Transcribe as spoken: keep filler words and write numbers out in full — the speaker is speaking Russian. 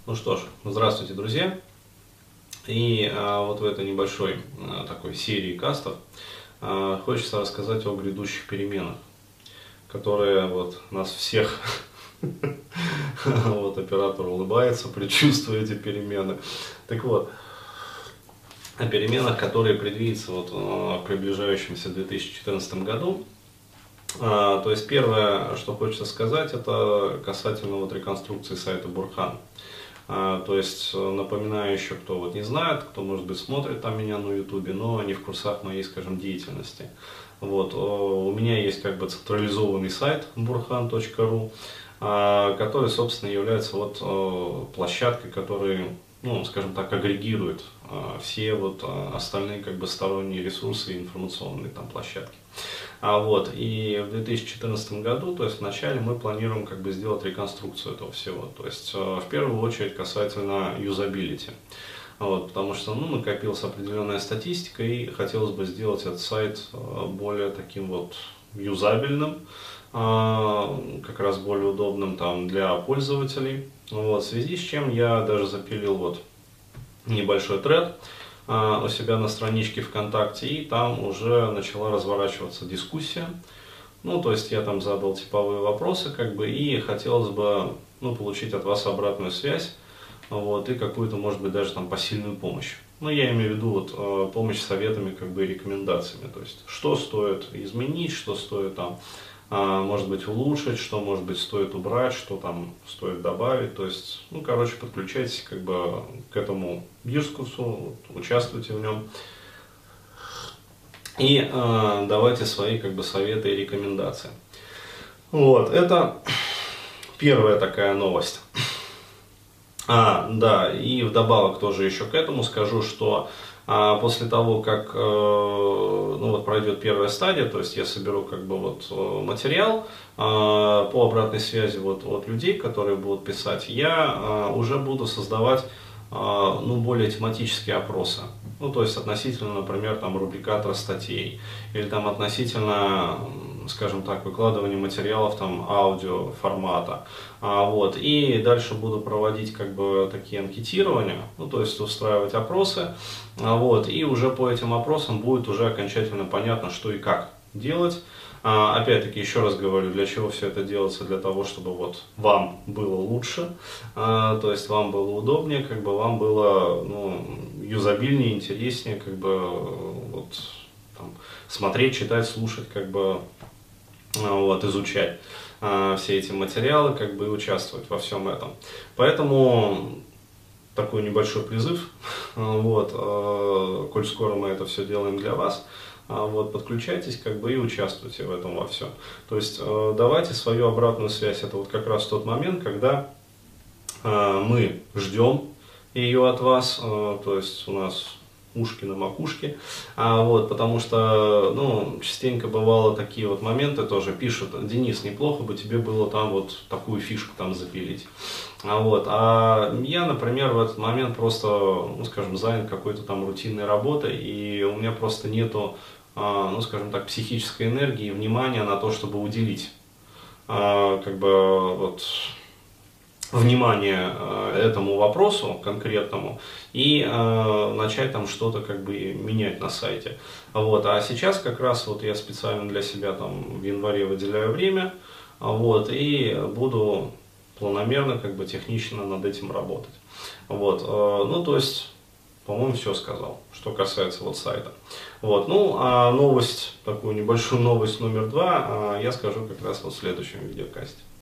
Ну что ж, здравствуйте, друзья. И а, вот в этой небольшой а, такой серии кастов а, хочется рассказать о грядущих переменах, которые вот нас всех, вот оператор улыбается, предчувствуя эти перемены. Так вот, о переменах, которые предвидятся вот а, в приближающемся две тысячи четырнадцатом году. А, То есть первое, что хочется сказать, это касательно вот реконструкции сайта Бурхан. А, То есть напоминаю еще, кто вот не знает, кто может быть смотрит там меня на ютубе, но не в курсах моей, скажем, деятельности. Вот, о, у меня есть как бы централизованный сайт бурхан точка ру, а, который, собственно, является вот о, площадкой, которая, ну, скажем так, агрегирует а, все вот а, остальные как бы сторонние ресурсы и информационные там площадки. А вот, и в две тысячи четырнадцатом году, то есть в начале, мы планируем как бы сделать реконструкцию этого всего. То есть э, в первую очередь касательно юзабилити. Вот, потому что ну, накопилась определенная статистика и хотелось бы сделать этот сайт э, более таким вот юзабельным, э, как раз более удобным там для пользователей. Вот, в связи с чем я даже запилил вот небольшой тред у себя на страничке ВКонтакте, и там уже начала разворачиваться дискуссия. Ну, то есть я там задал типовые вопросы, как бы, и хотелось бы, ну, получить от вас обратную связь, вот, и какую-то, может быть, даже там посильную помощь. Ну, я имею в виду вот помощь советами, как бы, и рекомендациями, то есть, что стоит изменить, что стоит там, может быть, улучшить, что, может быть, стоит убрать, что там стоит добавить. То есть, ну, короче, подключайтесь как бы к этому дискурсу, вот, участвуйте в нем. И э, давайте свои как бы советы и рекомендации. Вот, это первая такая новость. А, да, и вдобавок тоже еще к этому скажу, что а, после того, как э, ну, вот пройдет первая стадия, то есть я соберу как бы вот материал э, по обратной связи вот от людей, которые будут писать, я э, уже буду создавать э, ну, более тематические опросы. Ну, то есть относительно, например, там рубрикатора статей, или там относительно, скажем так, выкладывания материалов там аудио формата. А, вот. И дальше буду проводить как бы такие анкетирования, ну, то есть устраивать опросы. А, вот. И уже по этим опросам будет уже окончательно понятно, что и как делать. А, опять-таки, еще раз говорю, для чего все это делается? Для того, чтобы вот вам было лучше, а, то есть вам было удобнее, как бы вам было, ну, юзабильнее, интереснее, как бы вот, там, смотреть, читать, слушать, как бы вот, изучать а, все эти материалы, как бы и участвовать во всем этом. Поэтому такой небольшой призыв, вот, э, коль скоро мы это все делаем для вас, вот, подключайтесь как бы и участвуйте в этом во всем. То есть э, давайте свою обратную связь. Это вот как раз тот момент, когда э, мы ждем ее от вас, э, то есть у нас ушки на макушке, а, вот, потому что, ну, частенько бывало такие вот моменты тоже, пишут: Денис, неплохо бы тебе было там вот такую фишку там запилить, а, вот, а я, например, в этот момент просто, ну, скажем, занят какой-то там рутинной работой, и у меня просто нету, а, ну, скажем так, психической энергии и внимания на то, чтобы уделить, а, как бы, вот, внимание этому вопросу конкретному и э, начать там что-то как бы менять на сайте. Вот. А сейчас как раз вот я специально для себя там в январе выделяю время, вот, и буду планомерно, как бы технично над этим работать. Вот. Э, ну, то есть, по-моему, все сказал, что касается вот сайта. Вот. Ну, а новость, такую небольшую новость номер два, э, я скажу как раз вот в следующем видеокасте.